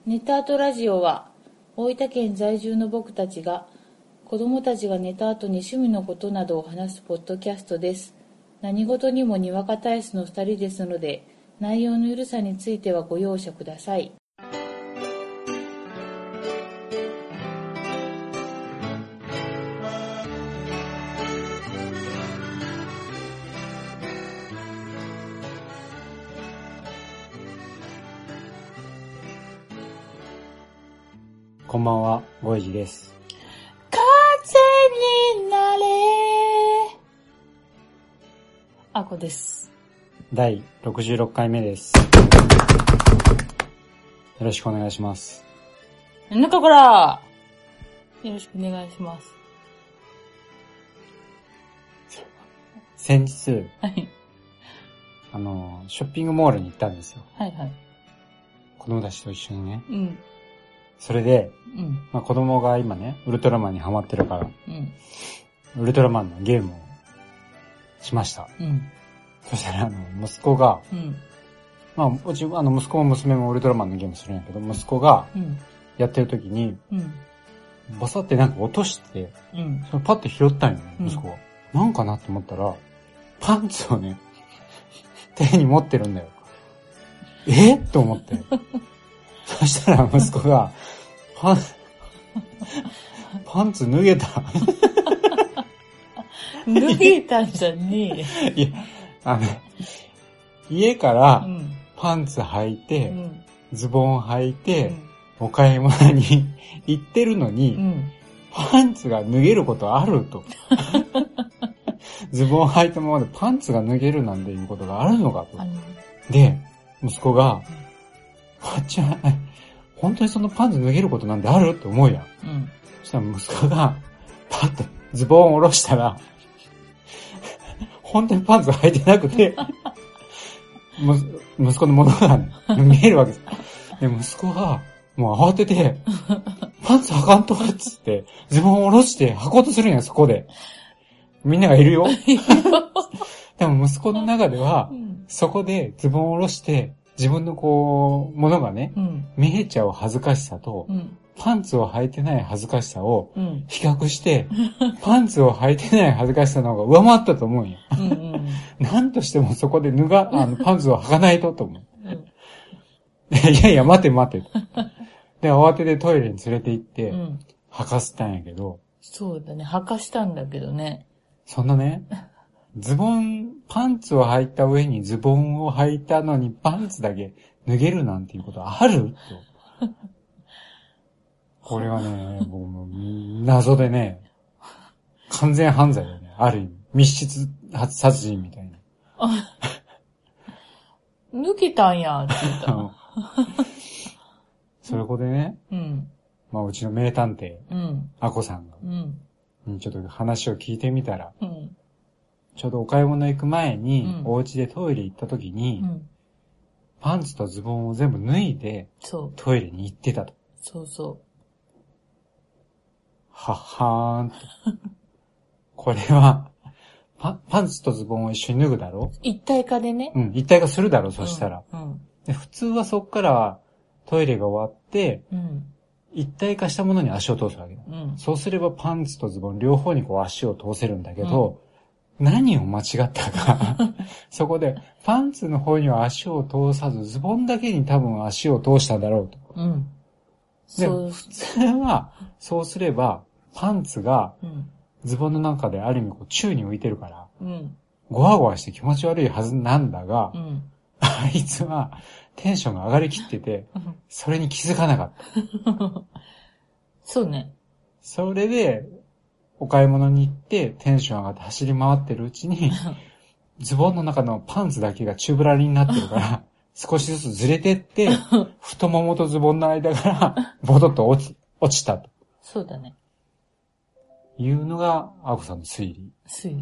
ネタアートラジオは大分県在住の僕たちが子どもたちが寝た後に趣味のことなどを話すポッドキャストです。何事にもにわか体質の2人ですので、内容のゆるさについてはご容赦ください。 こんばんは、ごいじです。 風になれあこです。 第66回目です。よろしくお願いします。 中からよろしくお願いします。 先日、 はい。 ショッピングモールに行ったんですよ。 はいはい。 子供たちと一緒にね。 うん。 それで、 うん。 子供が今ね、ウルトラマンにハマってるから、 うん。 ウルトラマンのゲームをしました。 うん。 そしたら息子が、 うん。 うち、息子も娘もウルトラマンのゲームするんやけど、息子がうん。 やってる時に、 うん。 バサってなんか落として、 うん。 それパッて拾ったんよね、 うん息子が。なんかなって思ったら、パンツをね、手に持ってるんだよ。と思って。そしたら息子が、パンツ脱げた。 脱げたんじゃねえ。いや、家からうんパンツ履いて、 うん、 ズボン履いて、 うん、 お買い物に行ってるのに、 うん、 パンツが脱げることあると。ズボン履いたままでパンツが脱げるなんていうことがあるのかと。で、息子が、本当にそのパンツ脱げることなんてあるって思うやん。 うん。 そしたら息子が、パッとズボンを下ろしたら、本当にパンツ履いてなくて、息子のものが、ね、見えるわけです。で、息子が、もう慌てて、パンツ履かんとっつって、ズボンを下ろして履こうとするんや、そこで。みんながいるよ。でも息子の中では、そこでズボンを下ろして、自分のものがね、見えちゃう恥ずかしさと、パンツを履いてない恥ずかしさを比較して、パンツを履いてない恥ずかしさの方が上回ったと思うんよ。なんとしてもそこでパンツを履かないと思う。いやいや、待て。で、慌ててトイレに連れて行って、履かせたんやけど。 そうだね、履かしたんだけどね。 そんなね、パンツを履いた上にズボンを履いたのにパンツだけ脱げるなんていうことあると。これはね、僕も謎でね、完全犯罪だよね。ある意味。密室殺人みたいな。 抜けたんや、って言った。 それこでね、うちの名探偵、アコさんが、ちょっと話を聞いてみたら、ちょうどお買い物行く前に、お家でトイレ行った時に、パンツとズボンを全部脱いで、トイレに行ってたと。 そうそう。 はっはーんと。これは、パンツとズボンを一緒に脱ぐだろ？ 一体化でね。 一体化するだろ、そしたら。で普通はそっからトイレが終わって、一体化したものに足を通すわけだ。そうすればパンツとズボン両方に足を通せるんだけど、何を間違ったか。そこで、パンツの方には足を通さず、ズボンだけに多分足を通したんだろうと。でも普通は、そうすれば、パンツが、ズボンの中である意味宙に浮いてるから、ゴワゴワして気持ち悪いはずなんだが、あいつはテンションが上がりきってて、それに気づかなかった。 そうね。 それで、お買い物に行ってテンション上がって走り回ってるうちに、ズボンの中のパンツだけが宙ぶらりになってるから、少しずつずれてって、太ももとズボンの間から、ボトッと落ちたと。 そうだね。 いうのが、アコさんの推理。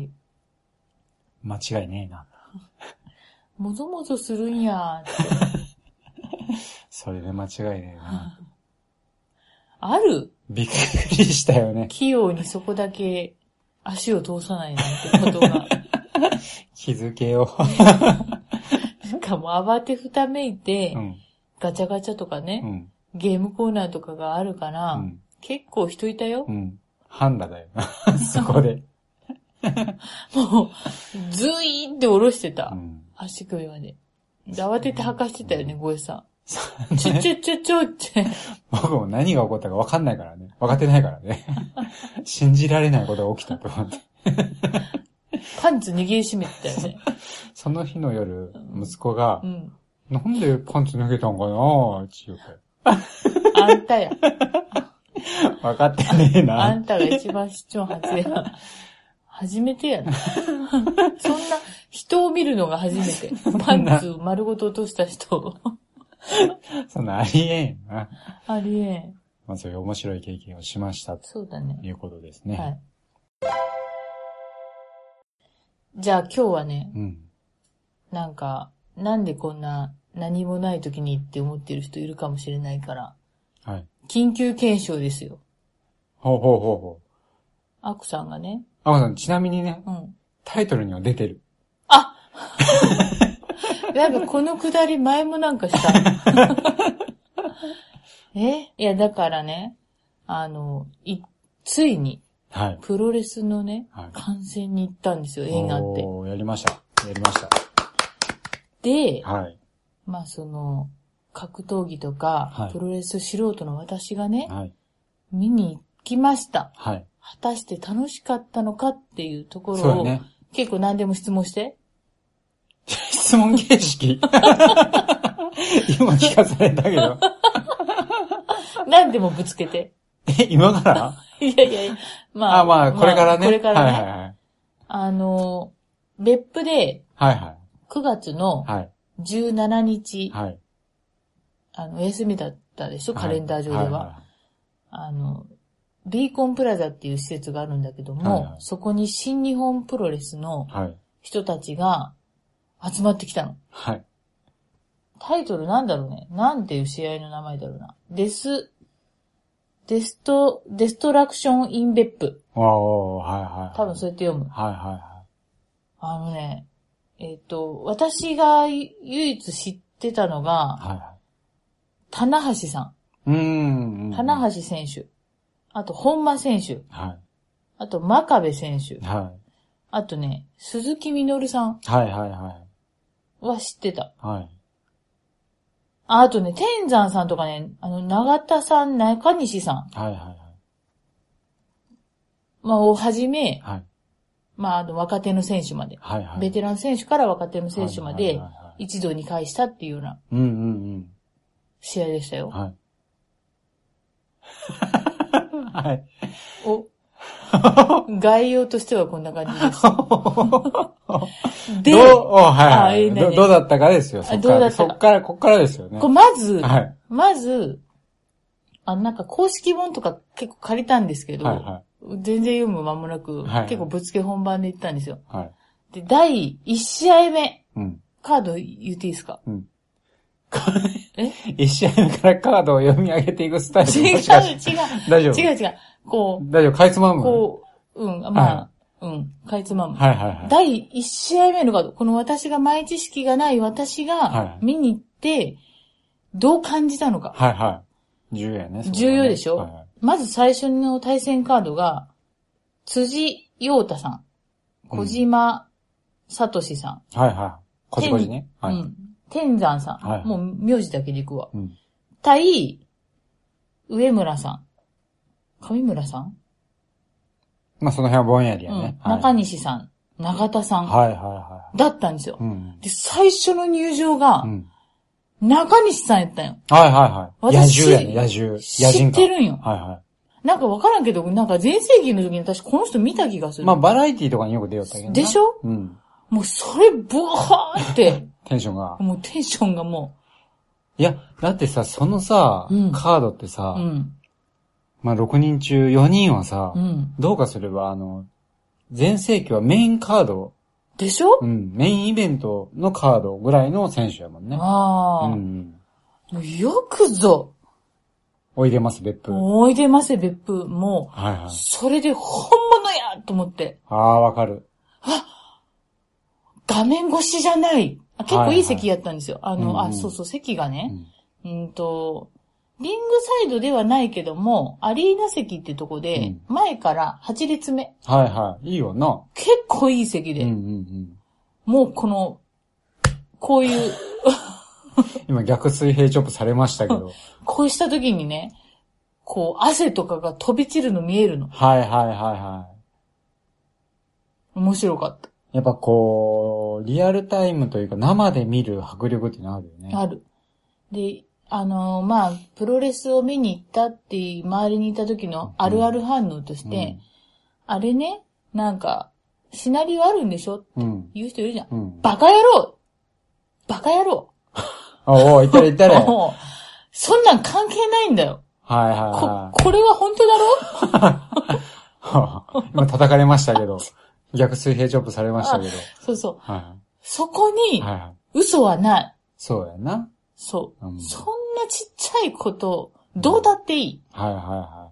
間違いねえな。 もぞもぞするんやって。 それで間違いねえな。 ある？ びっくりしたよね。 器用にそこだけ足を通さないなんてことが。 気づけよ。 しかも慌てふためいて、ガチャガチャとかね、 ゲームコーナーとかがあるから、 うん、 結構人いたよ。 うん。ハンダだよな。そこで。 もう、ズイーンって下ろしてた。 うん、 足首まで。慌てて履かしてたよね、ゴエさん。ちょって。 僕も何が起こったか分かんないからね。分かってないからね。信じられないことが起きたと思って。 パンツ握りしめてたよね。 その日の夜、息子が、 うん、 なんでパンツ脱げたんかなって言うて。 あんたや。 分かってねえな。 あんたが一番視聴初や。初めてやな。そんな人を見るのが初めて。パンツ丸ごと落とした人。 そんなありえんよな。 ありえん。 まあそういう面白い経験をしました。 そうだね。 いうことですね。 はい。じゃあ今日はね、 うん、 なんか、なんでこんな何もない時にって思ってる人いるかもしれないから、 はい。 緊急検証ですよ。 ほうほうほうほう。 アクさんがね。 アクさん、ちなみにね、 うん。 タイトルには出てる。 あなんかこのくだり前もなんかした。いや、だからね、ついに、 はい。 プロレスのね、 はい、 観戦に行ったんですよ、映画って。 やりました。 で、 はい。 まあ格闘技とか、はい、プロレス素人の私がね、はい、見に行きました。はい。果たして楽しかったのかっていうところを、ね、結構何でも質問して。 質問形式今聞かされたけど。 何でもぶつけて。 今からいや、まあ、 これからね。 これからね。 はい。 別府で、 はいはい。 9月の17日、はい。お休みだったでしょ、カレンダー上では。ビーコンプラザっていう施設があるんだけども、はいはい、そこに新日本プロレスの人たちが集まってきたの。はい。タイトルなんだろうね。なんていう試合の名前だろうな。デストラクションインベップ。 はいはい。 多分そうやって読む。 はいはいはい。 私が唯一知ってたのが、はいはい、棚橋さん。棚橋選手。あと、本間選手。はい。あと、真壁選手。はい。あとね、鈴木みのるさん。はいはいはい。は知ってた。はい。あとね、天山さんとかね、長田さん、中西さん。はいはいはい。まあ、をはじめ、はい。まあ、若手の選手まで。はいはい。ベテラン選手から若手の選手まで、一堂に会したっていうような。試合でしたよ。はい。はい。概要としてはこんな感じです。で、 はい、どうだったかですよ。どうだったか。こっからですよね。 まず、なんか公式本とか結構借りたんですけど、はいはい、全然読む間もなく、はいはい、結構ぶっつけ本番で行ったんですよ。はい、で、第1試合目、カード言っていいですか？ 1試合目からカードを読み上げていくスタイル。 違う。 大丈夫。 違う。 大丈夫、かいつまむ。 かいつまむ。 はいはいはい。 第1試合目のカード、この私が前知識がない私が見に行って、どう感じたのか。 はいはい。重要やね。 重要でしょ、はいはい、まず最初の対戦カードが、辻陽太さん、小島聡さん。 はいはい。こじこじね。はい。 天山さん、はい、もう名字だけでいくわ。対、上村さん。上村さん？ まあ、その辺はぼんやりやね。 中西さん、永田さん。 はいはいはい。 だったんですよ。で、最初の入場が、中西さんやったんよ。 はいはいはい。野獣やね、野獣。 知ってるんよ。 はいはい。 なんかわからんけど、なんか全盛期の時に私この人見た気がする。 まあ、バラエティとかによく出よったけど。 でしょ？もうそれ、ブワーって。 テンションが。 もうテンションがもう。いや、だってさ、そのさ、カードってさ、まあ、6人中4人はさ、どうかすれば、全盛期はメインカード。 でしょ？ メインイベントのカードぐらいの選手やもんね。 ああ。よくぞ。 おいでます、別府。 おいでます、別府。もう、 はいはい。 それで本物やと思って。 ああ、わかる。 画面越しじゃない。結構いい席やったんですよ。そう、席がね、 リングサイドではないけども、アリーナ席ってとこで、前から8列目。 はいはい。いいよな。 結構いい席で。 うんうんうん。 もうこういう。 今逆水平チョップされましたけど。 こうした時にね、こう汗とかが飛び散るの見えるの。 はいはいはいはい。 面白かった。 やっぱこう、リアルタイムというか生で見る迫力っていうのあるよね。 ある。で、まあ、プロレスを見に行ったって周りにいた時のあるある反応として、あれね、なんか、シナリオあるんでしょって言う人いるじゃん。バカ野郎バカ野郎おいったれいったれ。 そんなん関係ないんだよ。 はいはいはい。 これは本当だろ今叩かれましたけど。逆水平チョップされましたけど。 そうそう。 はい、 そこに、嘘はない。 そうやな。 そう、そんなちっちゃいこと、どうだっていい。 はいはいはい。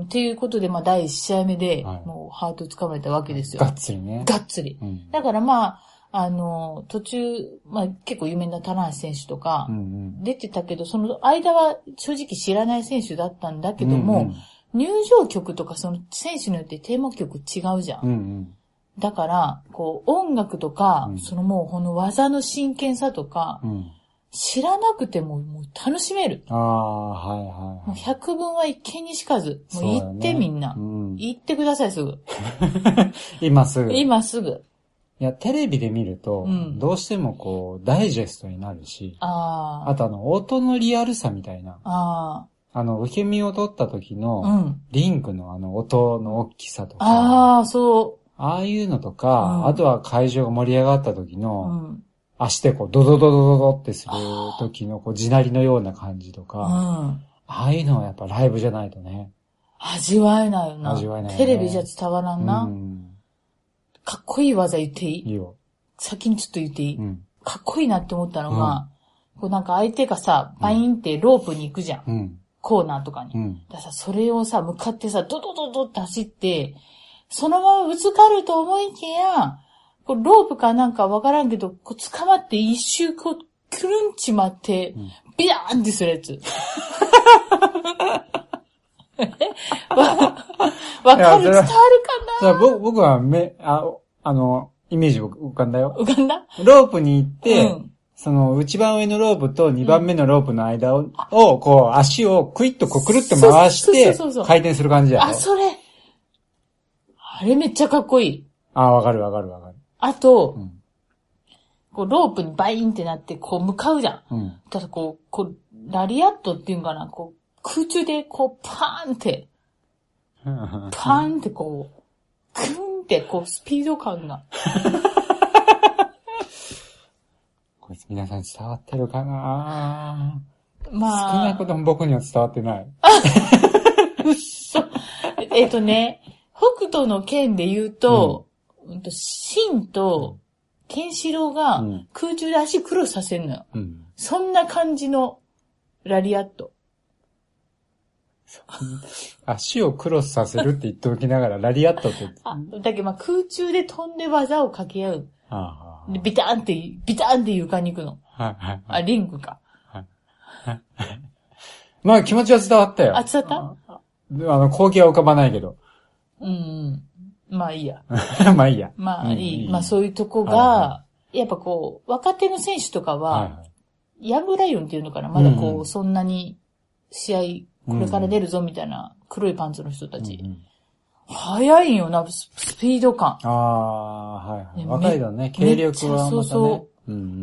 っていうことで、まあ、第1試合目で、もう、ハート掴まれたわけですよ。 がっつりね。 がっつり。だからまあ、途中、まあ、結構有名な棚橋選手とか、出てたけど、その間は正直知らない選手だったんだけども、入場曲とかその選手によってテーマ曲違うじゃん。だから、こう、音楽とか、そのもうこの技の真剣さとか、知らなくてももう楽しめる。 はいはい。 もう百聞は一見にしかず。もう行ってみんな。行ってください、すぐ。 今すぐ。 今すぐ。 いや、テレビで見ると、どうしてもこう、ダイジェストになるし、あと音のリアルさみたいな。受け身を取った時の、リンクの音の大きさとか、 そう。 ああいうのとか、あとは会場が盛り上がった時の、足でこう、ドドドドドドってする時の、こう、地鳴りのような感じとか、ああいうのはやっぱライブじゃないとね。 味わえないよな。 味わえない、ね。 テレビじゃ伝わらんな。かっこいい技言っていい？ いいよ。 先にちょっと言っていい？かっこいいなって思ったのが、こうなんか相手がさ、バインってロープに行くじゃん。コーナーとかに。だからさ、それをさ、向かってさ、ドドドドって走って、そのままぶつかると思いきや、こうロープかなんかわからんけど、こう捕まって一周こう、くるんちまって、ビヤーンってするやつ。わかる？伝わるかな？ 僕はイメージ浮かんだよ。 浮かんだ？ ロープに行って、その一番上のロープと2番目のロープの間を、こう足をクイッとこうくるっと回して、回転する感じやろ。 それ。あれめっちゃかっこいい。 わかるわかるわかる。 あと、こうロープにバインってなってこう向かうじゃん。ただこう、ラリアットっていうんかな、こう空中でこうパーンって、こう、クーンってこうスピード感が。 こいつ皆さん伝わってるかな？少なくとも僕には伝わってない。 嘘。北斗の剣で言うと、シンとケンシロウが空中で足クロスさせるのよ。そんな感じのラリアット。 足をクロスさせるって言っておきながらラリアットって。 だけど空中で飛んで技を掛け合う。でビターンって床に行くの。リングか。 まあ気持ちは伝わったよ。 伝わった？ 光景は浮かばないけど。 まあいいや。 まあいいや。 まあいい。まあそういうとこが、やっぱこう、若手の選手とかは、ヤングライオンっていうのかな、まだこう、そんなに試合、これから出るぞみたいな黒いパンツの人たち。早いんよな、スピード感。 若いだね、軽力はまたね。 そう。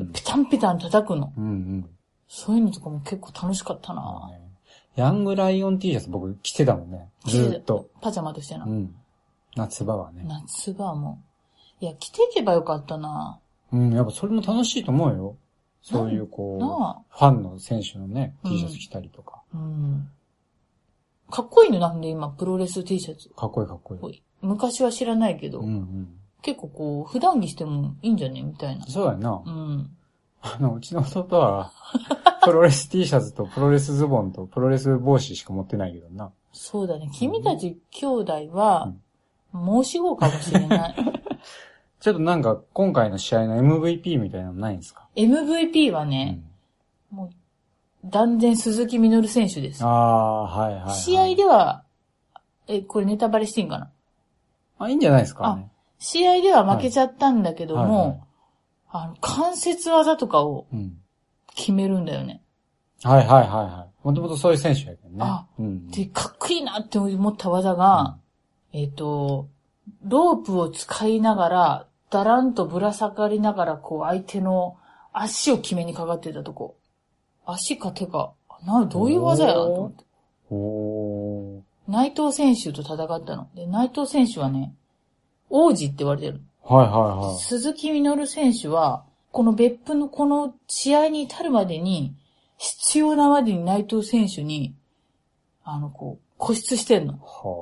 ピタンピタン叩くの。そういうのとかも結構楽しかったな。 ヤングライオン T シャツ僕着てたもんね。ずっと。 パジャマとしてな。 夏場はね。 夏場も。いや、着ていけばよかったな。 やっぱそれも楽しいと思うよ。そういうこう、ファンの選手のね、T シャツ着たりとか。 かっこいいのなんで今、プロレス T シャツ。 かっこいい。 昔は知らないけど、結構こう、普段着してもいいんじゃねみたいな。 そうやな。うちの弟は、プロレス T シャツとプロレスズボンとプロレス帽子しか持ってないけどな。 そうだね。君たち兄弟は、申し子かもしれない。 ちょっとなんか、今回の試合の MVP みたいなのないんですか？ MVP はね、もう、 断然鈴木みのる選手です。 ああ、はいはい、はい。 試合では、これネタバレしていいんかな？ いいんじゃないですかね。 試合では負けちゃったんだけども、 はいはい、 関節技とかを決めるんだよね。 はいはいはいはい。もともとそういう選手やけどね。 で、かっこいいなって思った技が、ロープを使いながら、だらんとぶら下がりながら、こう相手の足を決めにかかってたとこ。足か手か。どういう技やなと思って。内藤選手と戦ったの。で、内藤選手はね、王子って言われてる。 はいはいはい。 鈴木みのる選手は、この別府のこの試合に至るまでに、必要なまでに内藤選手に、こう、固執してんの。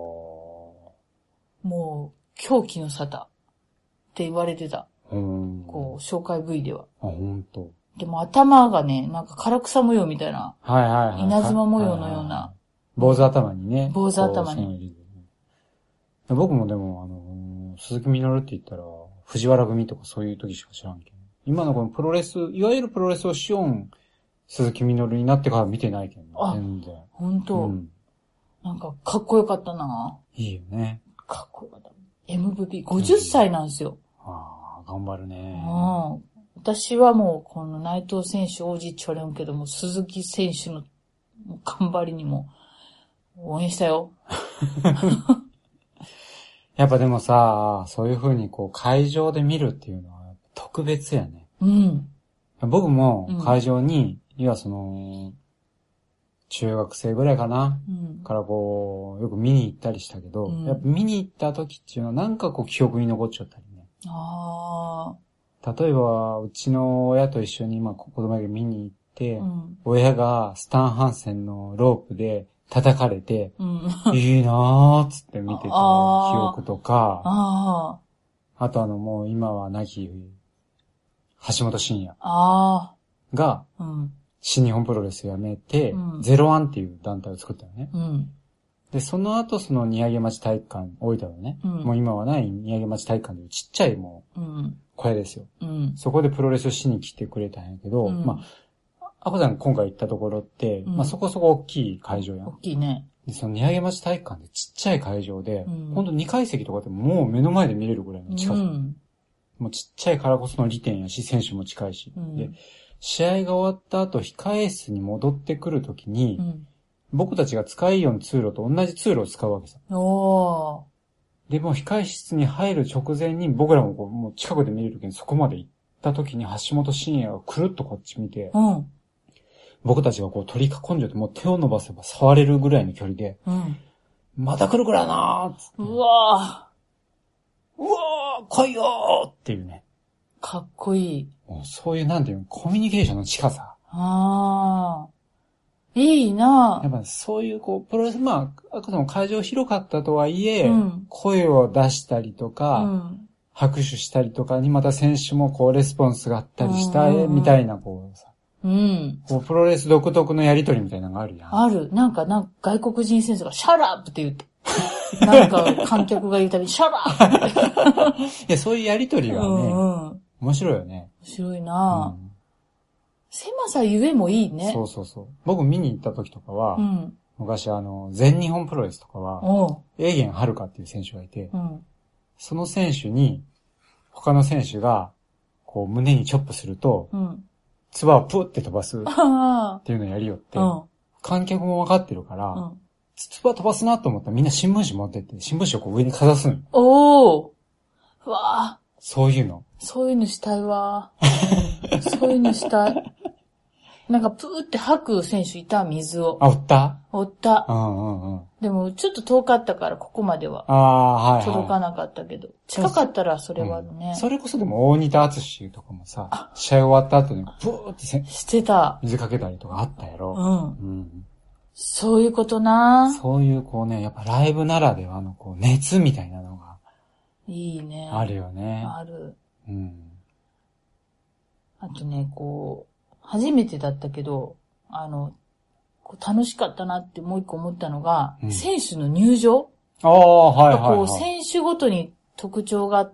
もう、狂気の沙汰って言われてた。こう、紹介 V では。 本当。 でも頭がね、なんか唐草模様みたいな。 はいはいはい。 稲妻模様のような。 坊主頭にね。 坊主頭に。 僕もでも、鈴木みのるって言ったら、藤原組とかそういう時しか知らんけど。今のこのプロレス、いわゆるプロレスをしよん、鈴木みのるになってから見てないけど、全然。 本当、なんか、かっこよかったな。 いいよね。 かっこよかった。MVP、50歳なんですよ。 頑張るね。 私はもう、この内藤選手、王子って言われんけども、鈴木選手の頑張りにも、応援したよ。 やっぱでもさ、そういう風にこう、会場で見るっていうのは、特別やね。僕も会場に、要はその、中学生ぐらいかな、からこう、よく見に行ったりしたけど、やっぱ見に行った時っていうのはなんかこう記憶に残っちゃったりね。例えば、うちの親と一緒に子供が見に行って、親がスタンハンセンのロープで叩かれて、いいなーっつって見てた記憶とか、あともう今は亡き橋本真也が、新日本プロレスを辞めて、ゼロワンっていう団体を作ったのね。で、その後その宮城町体育館、大分のね、もう今はない宮城町体育館でちっちゃいもう、小屋ですよ。そこでプロレスをしに来てくれたんやけど、アコさん今回行ったところって、そこそこ大きい会場やん。 大きいね。 で、その宮城町体育館でちっちゃい会場で、ほんと2階席とかでももう目の前で見れるぐらいの近さ。もうちっちゃいからこその利点やし、選手も近いし。で、試合が終わった後、控え室に戻ってくるときに、僕たちが使いよん通路と同じ通路を使うわけさ。で、もう控え室に入る直前に僕らもこう、もう近くで見れるけど、そこまで行ったときに橋本真也がくるっとこっち見て、僕たちがこう取り囲んじゃって、もう手を伸ばせば触れるぐらいの距離で、また来るからなーっつって。うわー来いよーっていうね。 かっこいい。 そういうなんていうの、コミュニケーションの近さ。 いいなぁ。 やっぱそういうこう、プロレス、あくまでも会場広かったとはいえ、声を出したりとか、拍手したりとかにまた選手もこうレスポンスがあったりしたいみたいなこうさ。こうプロレス独特のやりとりみたいなのがあるやん。 ある。なんか外国人選手がシャラップって言って。なんか観客が言うたびにシャラップいや、そういうやりとりがね、面白いよね。 面白いなぁ。狭さゆえもいいね。 そうそうそう。僕見に行った時とかは、昔全日本プロレスとかは、エーゲンはるかっていう選手がいて、その選手に、他の選手が、こう胸にチョップすると、唾をプーって飛ばすっていうのをやりよって、観客も分かってるから、唾飛ばすなと思ったらみんな新聞紙持ってって、新聞紙をこう上にかざすのよ。うわぁ。そういうのしたいわ。そういうのしたい。なんかプーって吐く選手いた、水を。 おった。 でもちょっと遠かったからここまでは。届かなかったけど。近かったらそれはね。 それこそでも大仁田敦とかもさ、試合終わった後にプーってしてた。 水かけたりとかあったやろ。 そういうことな。 そういうこうね、やっぱライブならではのこう熱みたいなのが。 いいね。 あるよね。 ある。あとね、こう、初めてだったけど、楽しかったなってもう一個思ったのが、選手の入場。こう、選手ごとに特徴があって、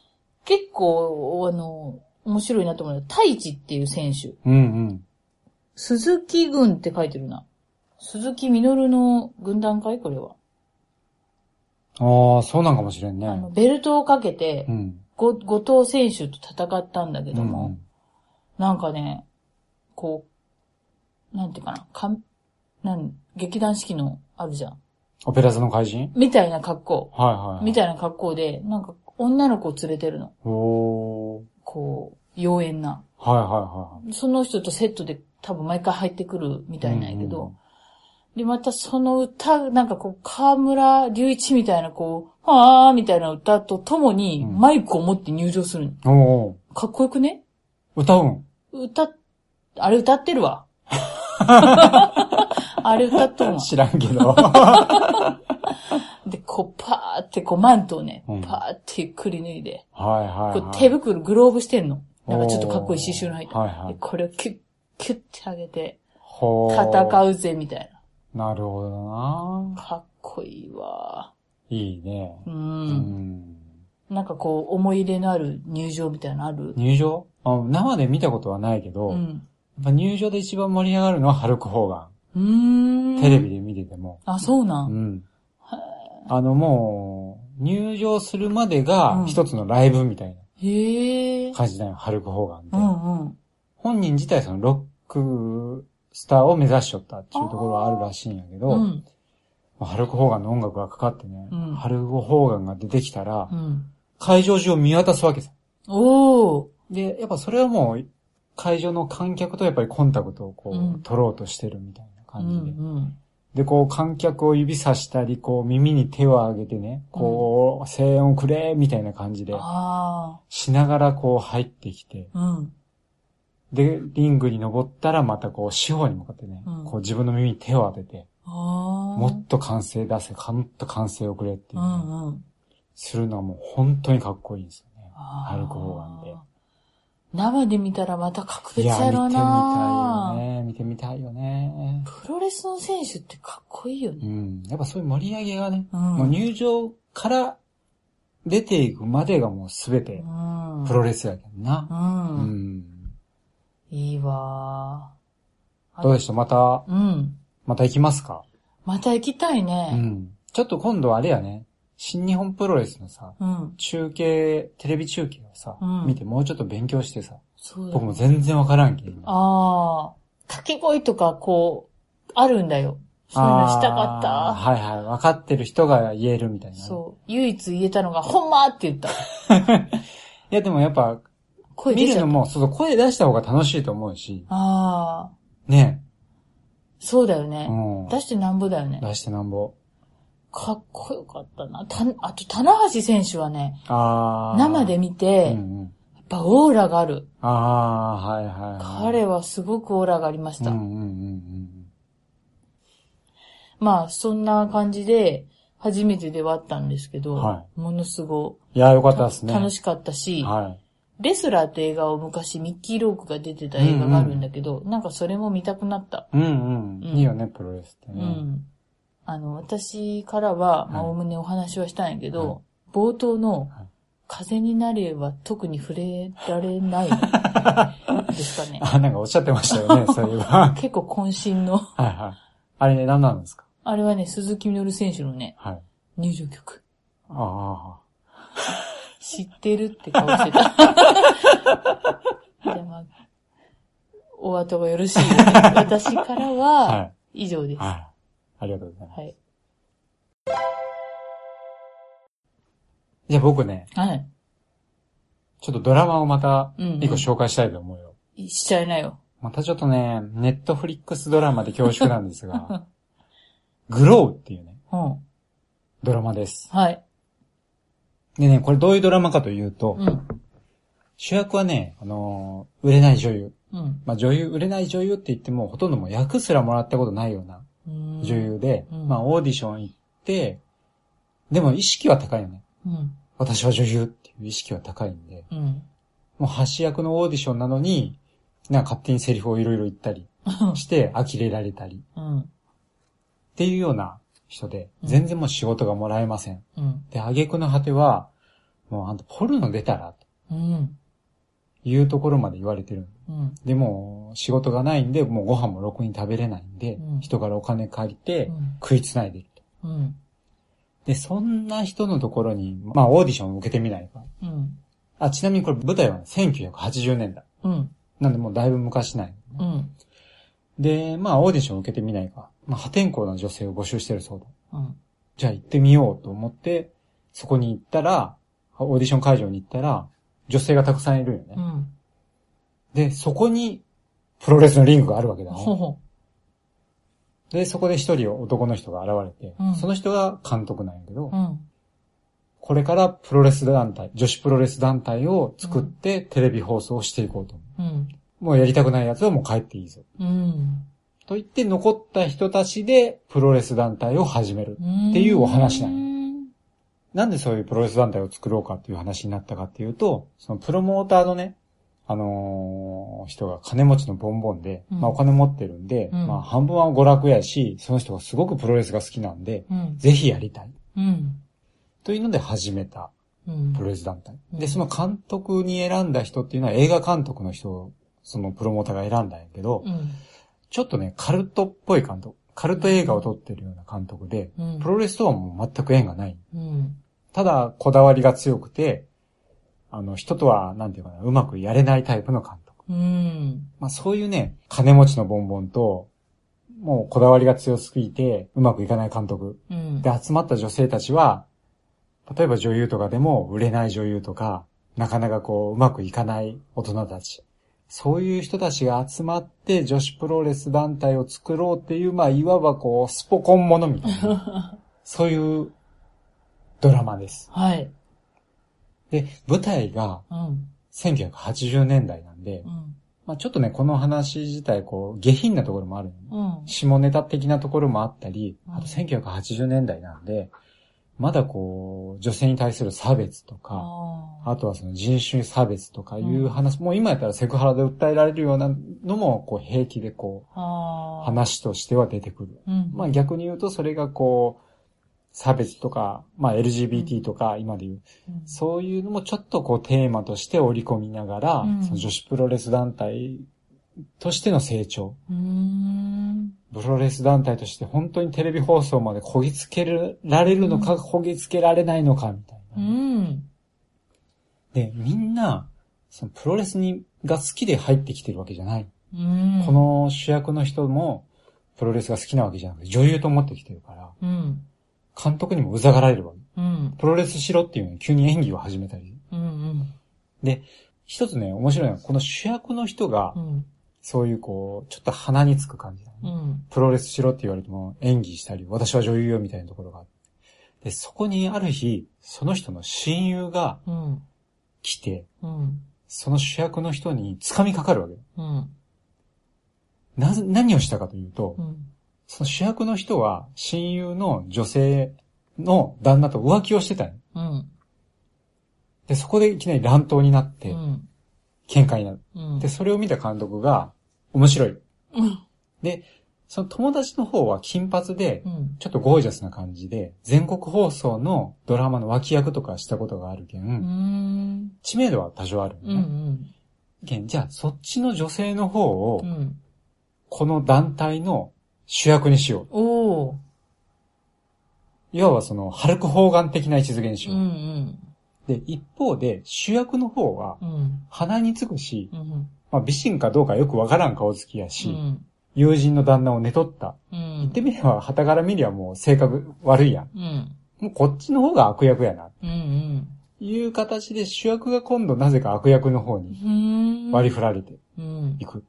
結構、面白いなと思うのは、太一っていう選手。 鈴木軍って書いてるな。鈴木みのるの軍団かいこれは。 ああ、そうなんかもしれんね。 ベルトをかけて、 うん。 後藤選手と戦ったんだけども、 うんなんかね、こう、なんていうかな、劇団四季のあるじゃん。 オペラ座の怪人みたいな格好。 はいはい、はい。 みたいな格好で、なんか女の子を連れてるの。 おー。 こう、妖艶な。 はいはいはい。 その人とセットで多分毎回入ってくるみたいなんやけど、で、またその歌、なんかこう、河村隆一みたいなこう、はーみたいな歌とともにマイクを持って入場するの。 おー。 かっこよくね？ 歌うんあれ歌ってるわ。あれ歌っとんわ。 知らんけど。 で、こう、パーってこうマントをね、 うん、 パーってゆっくり脱いで、 はいはい、はい。 こう手袋、グローブしてんの。なんかちょっとかっこいい刺繍の入った。 はいはい、 でこれをキュッ、キュッて上げて、 ほー。 戦うぜ、みたいな。なるほどな。 な。かっこいいわ。 いいね。 なんかこう、思い入れのある入場みたいなのある？ 入場？生で見たことはないけど、やっぱ入場で一番盛り上がるのはハルク・ホーガン。テレビで見てても。 あ、そうなん。 もう、入場するまでが一つのライブみたいな感じだよ、ハルク・ホーガンって。本人自体そのロックスターを目指しちゃったっていうところはあるらしいんやけど、ハルク・ホーガンの音楽がかかってね、ハルク・ホーガンが出てきたら、会場中を見渡すわけさ。で、やっぱそれはもう、会場の観客とやっぱりコンタクトをこう、取ろうとしてるみたいな感じで。で、こう、観客を指さしたり、こう、耳に手を上げてね、こう、声援をくれ、みたいな感じで、しながらこう入ってきて、で、リングに登ったらまたこう、四方に向かってね、こう自分の耳に手を当てて、もっと歓声出せ、もっと歓声をくれっていう、するのはもう本当にかっこいいんですよね。ハルク・ホーガンで。 生で見たらまた格別やろうな。 見てみたいよね。 プロレスの選手ってかっこいいよね。 やっぱそういう盛り上げがね、もう入場から出ていくまでがもうすべてプロレスやけどな。 いいわー。どうでした？また行きますか？ また行きたいね。 ちょっと今度あれやね。新日本プロレスのさ、中継、テレビ中継をさ、見てもうちょっと勉強してさ、僕も全然わからんけど。 掛け声とかこう、あるんだよ。そういうのしたかった。 はいはい。わかってる人が言えるみたいな、ね。 そう。唯一言えたのが、ほんまって言った。 いやでもやっぱ、見るのも、声出した方が楽しいと思うし。ね。 そうだよね。出してなんぼだよね。 出してなんぼ。 かっこよかったな。あと、棚橋選手はね、生で見て、やっぱオーラがある。 はいはい。 彼はすごくオーラがありました。まあ、そんな感じで、初めてではあったんですけど、ものすごい。いや、よかったですね。 楽しかったし、レスラーって映画を昔ミッキー・ロークが出てた映画があるんだけど、なんかそれも見たくなった。 いいよね、プロレスってね。 私からは、おおむねお話はしたんやけど、冒頭の、風になれば特に触れられないですかね。 なんかおっしゃってましたよね、そういえば。 結構渾身の。 あれね、何なんですか？ あれはね、鈴木みのる選手のね、入場曲。知ってるって顔してた。じゃあまあ、お後がよろしいですね。私からは、以上です。 ありがとうございます。じゃあ僕ね、ちょっとドラマをまた一個紹介したいと思うよ。 しちゃいなよ。 またちょっとね、ネットフリックスドラマで恐縮なんですが、グローっていうね、ドラマです。でね、これどういうドラマかというと、主役はね、売れない女優。売れない女優って言っても、ほとんどもう役すらもらったことないような女優で、オーディション行って、でも意識は高いよね。私は女優っていう意識は高いんで、もう橋役のオーディションなのに、なんか勝手にセリフをいろいろ言ったりして呆れられたり、っていうような人で、全然もう仕事がもらえません。で、挙句の果ては、もうあんたポルノ出たらというところまで言われてる。 うん。 でも、仕事がないんで、もうご飯もろくに食べれないんで、 うん、 人からお金借りてうん、 食いつないでると。 うん。 で、そんな人のところに、まあ、オーディションを受けてみないか。 うん。 あ、ちなみにこれ舞台は、ね、1980年代。 うん。 なんでもうだいぶ昔ない、 うん。 で、まあ、オーディションを受けてみないか。まあ、破天荒な女性を募集してるそうだ。 うん。 じゃあ行ってみようと思って、そこに行ったら、オーディション会場に行ったら、女性がたくさんいるよね。 うん。 で、そこに、プロレスのリングがあるわけだね。 ほほ。 で、そこで一人男の人が現れて、 うん、 その人が監督なんやけど、 うん、 これからプロレス団体、女子プロレス団体を作ってテレビ放送をしていこうと思う。うん、もうやりたくない奴はもう帰っていいぞ。うん、と言って残った人たちでプロレス団体を始めるっていうお話なの。なんでそういうプロレス団体を作ろうかっていう話になったかっていうと、そのプロモーターのね、人が金持ちのボンボンで、まあお金持ってるんで、まあ半分は娯楽やし、その人がすごくプロレスが好きなんで、ぜひやりたい。というので始めたプロレス団体。で、その監督に選んだ人っていうのは映画監督の人を、そのプロモーターが選んだんやけど、ちょっとね、カルトっぽい監督。カルト映画を撮ってるような監督で、プロレスとはもう全く縁がない。ただ、こだわりが強くて、人とは、なんていうかな、うまくやれないタイプの監督。まあそういうね、金持ちのボンボンと、もうこだわりが強すぎて、うまくいかない監督。で、集まった女性たちは、例えば女優とかでも売れない女優とか、なかなかこう、うまくいかない大人たち。そういう人たちが集まって女子プロレス団体を作ろうっていう、まあいわばこう、スポコンものみたいな。そういうドラマです。はい。で、舞台が、1980年代なんで、まあちょっとね、この話自体、こう、下品なところもある、下ネタ的なところもあったり、あと1980年代なんで、まだこう、女性に対する差別とか、あとはその人種差別とかいう話、もう今やったらセクハラで訴えられるようなのも、こう、平気でこう、話としては出てくる。まあ逆に言うと、それがこう、差別とか、まあ LGBT とか今で言う、そういうのもちょっとこうテーマとして織り込みながら、その女子プロレス団体としての成長。プロレス団体として本当にテレビ放送までこぎつけられるのか、こぎつけられないのかみたいな。で、みんな、そのプロレスが好きで入ってきてるわけじゃない。この主役の人もプロレスが好きなわけじゃなくて女優と思ってきてるから、監督にもうざがられるわけ。プロレスしろっていうのに急に演技を始めたり。で、一つね、面白いのは、この主役の人が、そういうこう、ちょっと鼻につく感じだね。プロレスしろって言われても演技したり、私は女優よみたいなところがあって。で、そこにある日、その人の親友が来て、その主役の人に掴みかかるわけ。何をしたかというと、その主役の人は親友の女性の旦那と浮気をしてたの。で、そこでいきなり乱闘になって、喧嘩になる。で、それを見た監督が、面白い。で、その友達の方は金髪で、ちょっとゴージャスな感じで、全国放送のドラマの脇役とかしたことがあるけん、知名度は多少あるよね。じゃあ、そっちの女性の方を、この団体の主役にしよう。いわばその、ハルク・ホーガン的な位置づけにしよう。で、一方で、主役の方は、鼻につくし、まあ、美人かどうかよくわからん顔つきやし、友人の旦那を寝取った。言ってみれば、旗から見りゃもう性格悪いやん。もうこっちの方が悪役やな。いう形で主役が今度なぜか悪役の方に割り振られていく。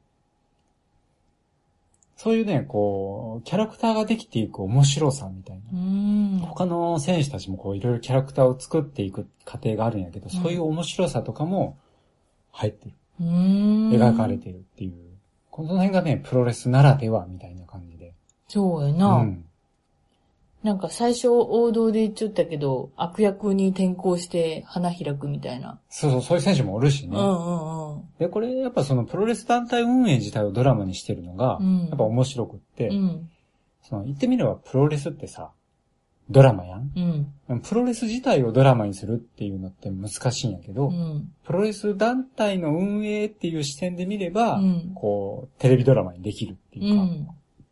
そういうね、こう、キャラクターができていく面白さみたいな。他の選手たちもこう、いろいろキャラクターを作っていく過程があるんやけど、そういう面白さとかも入ってる。描かれてるっていう。この辺がね、プロレスならではみたいな感じで。 そうやな。なんか最初王道で言っちゃったけど、悪役に転向して花開くみたいな。 そういう選手もおるしね。で、これやっぱそのプロレス団体運営自体をドラマにしてるのが、やっぱ面白くって、その言ってみればプロレスってさ、 ドラマやん。 うん。 プロレス自体をドラマにするっていうのって難しいんやけど、 うん。 プロレス団体の運営っていう視点で見れば、 うん、 こう、テレビドラマにできるっていうか、 うん、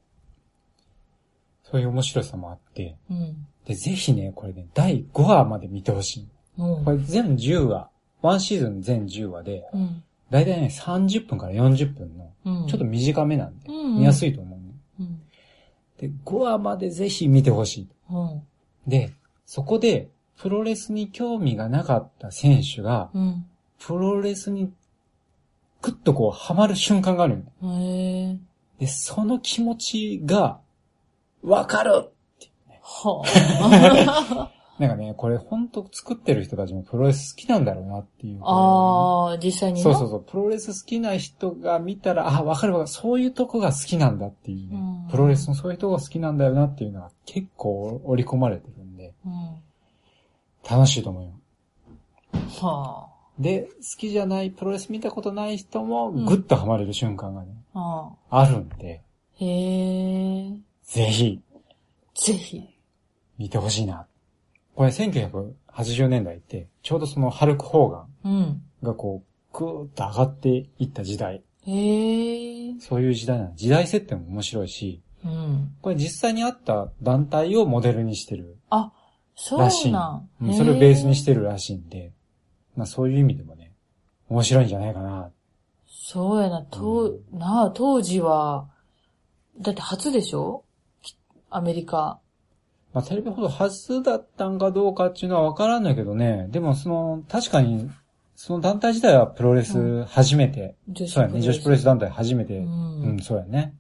そういう面白さもあって、 うん、 で、ぜひね、これね、第5話まで見てほしい。 うん、 これ全10話、ワンシーズン全10話で、 うん、 だいたいね、30分から40分の、ちょっと短めなんで、見やすいと思うね。 うん、 で、5話までぜひ見てほしい。 うん、 で、そこで、プロレスに興味がなかった選手が、 うん、 プロレスに、ぐっとこう、ハマる瞬間があるよね。 へー。 で、その気持ちが、わかるっていうね。 はあ。 なんかね、これほんと作ってる人たちもプロレス好きなんだろうなっていう。 ああ、実際にね。 そうそうそう。プロレス好きな人が見たら、あ、わかるわかる。そういうとこが好きなんだっていうね。プロレスのそういうとこが好きなんだよなっていうのが結構織り込まれてるんで、楽しいと思うよ。 はあ。 で、好きじゃない、プロレス見たことない人もグッとハマれる瞬間がね、あるんで、 へえ。 ぜひ、 ぜひ、 見てほしいな。これ1980年代って、ちょうどそのハルク・ホーガンがこう、ぐーっと上がっていった時代。 へえ。 そういう時代なの。時代設定も面白いし、これ実際にあった団体をモデルにしてる。 あ、そうらしい。それをベースにしてるらしいんで、まあそういう意味でもね、面白いんじゃないかな。 そうやな、当時は、だって初でしょ？アメリカ。 まあテレビほど初だったんかどうかっていうのはわからんだけどね、でも確かに、その団体自体はプロレス初めて。そうやね、女子プロレス団体初めて。そうやね。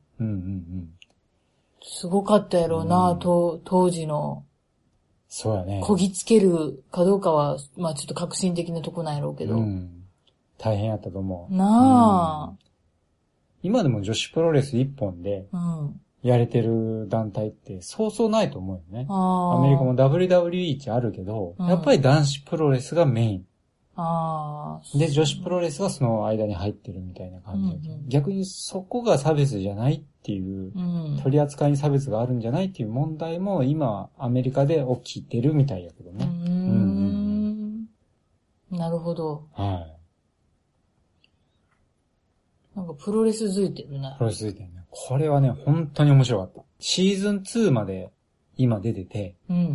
すごかったやろうな、当時の。 そうやね。 こぎつけるかどうかは、まあちょっと革新的なとこなんやろうけど。 大変やったと思う。 なあ。 今でも女子プロレス一本で、やれてる団体ってそうそうないと思うよね。アメリカも WWE ってあるけど、やっぱり男子プロレスがメイン。で、女子プロレスがその間に入ってるみたいな感じで、逆にそこが差別じゃないっていう、取り扱いに差別があるんじゃないっていう問題も今アメリカで起きてるみたいやけどね。 なるほど。 はい。 なんかプロレスづいてるね。 プロレスづいてるね。これはね、本当に面白かった。シーズン2まで今出てて、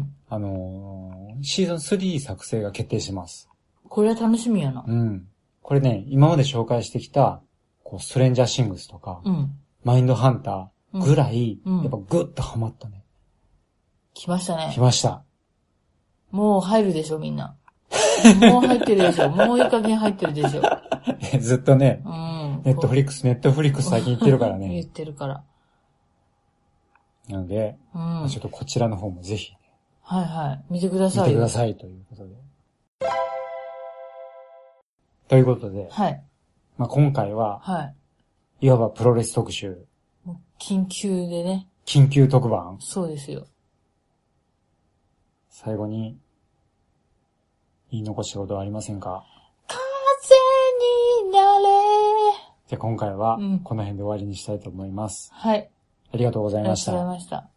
シーズン3作成が決定してます。 これは楽しみやな。 これね、今まで紹介してきた、こう、ストレンジャーシングスとか、マインドハンターぐらい、やっぱグッとハマったね。 来ましたね。 来ました。 もう入るでしょ、みんな。もう入ってるでしょ。もういい加減入ってるでしょ。 ずっとね、ネットフリックス最近言ってるからね。 言ってるから。 なので、ちょっとこちらの方もぜひ。 はいはい。見てください。 見てくださいということで。ということで、まあ今回は、いわばプロレス特集。 もう緊急でね。 緊急特番。 そうですよ。 最後に、言い残したことはありませんか？ 風になれ。 じゃあ今回は、この辺で終わりにしたいと思います。 はい。 ありがとうございました。 ありがとうございました。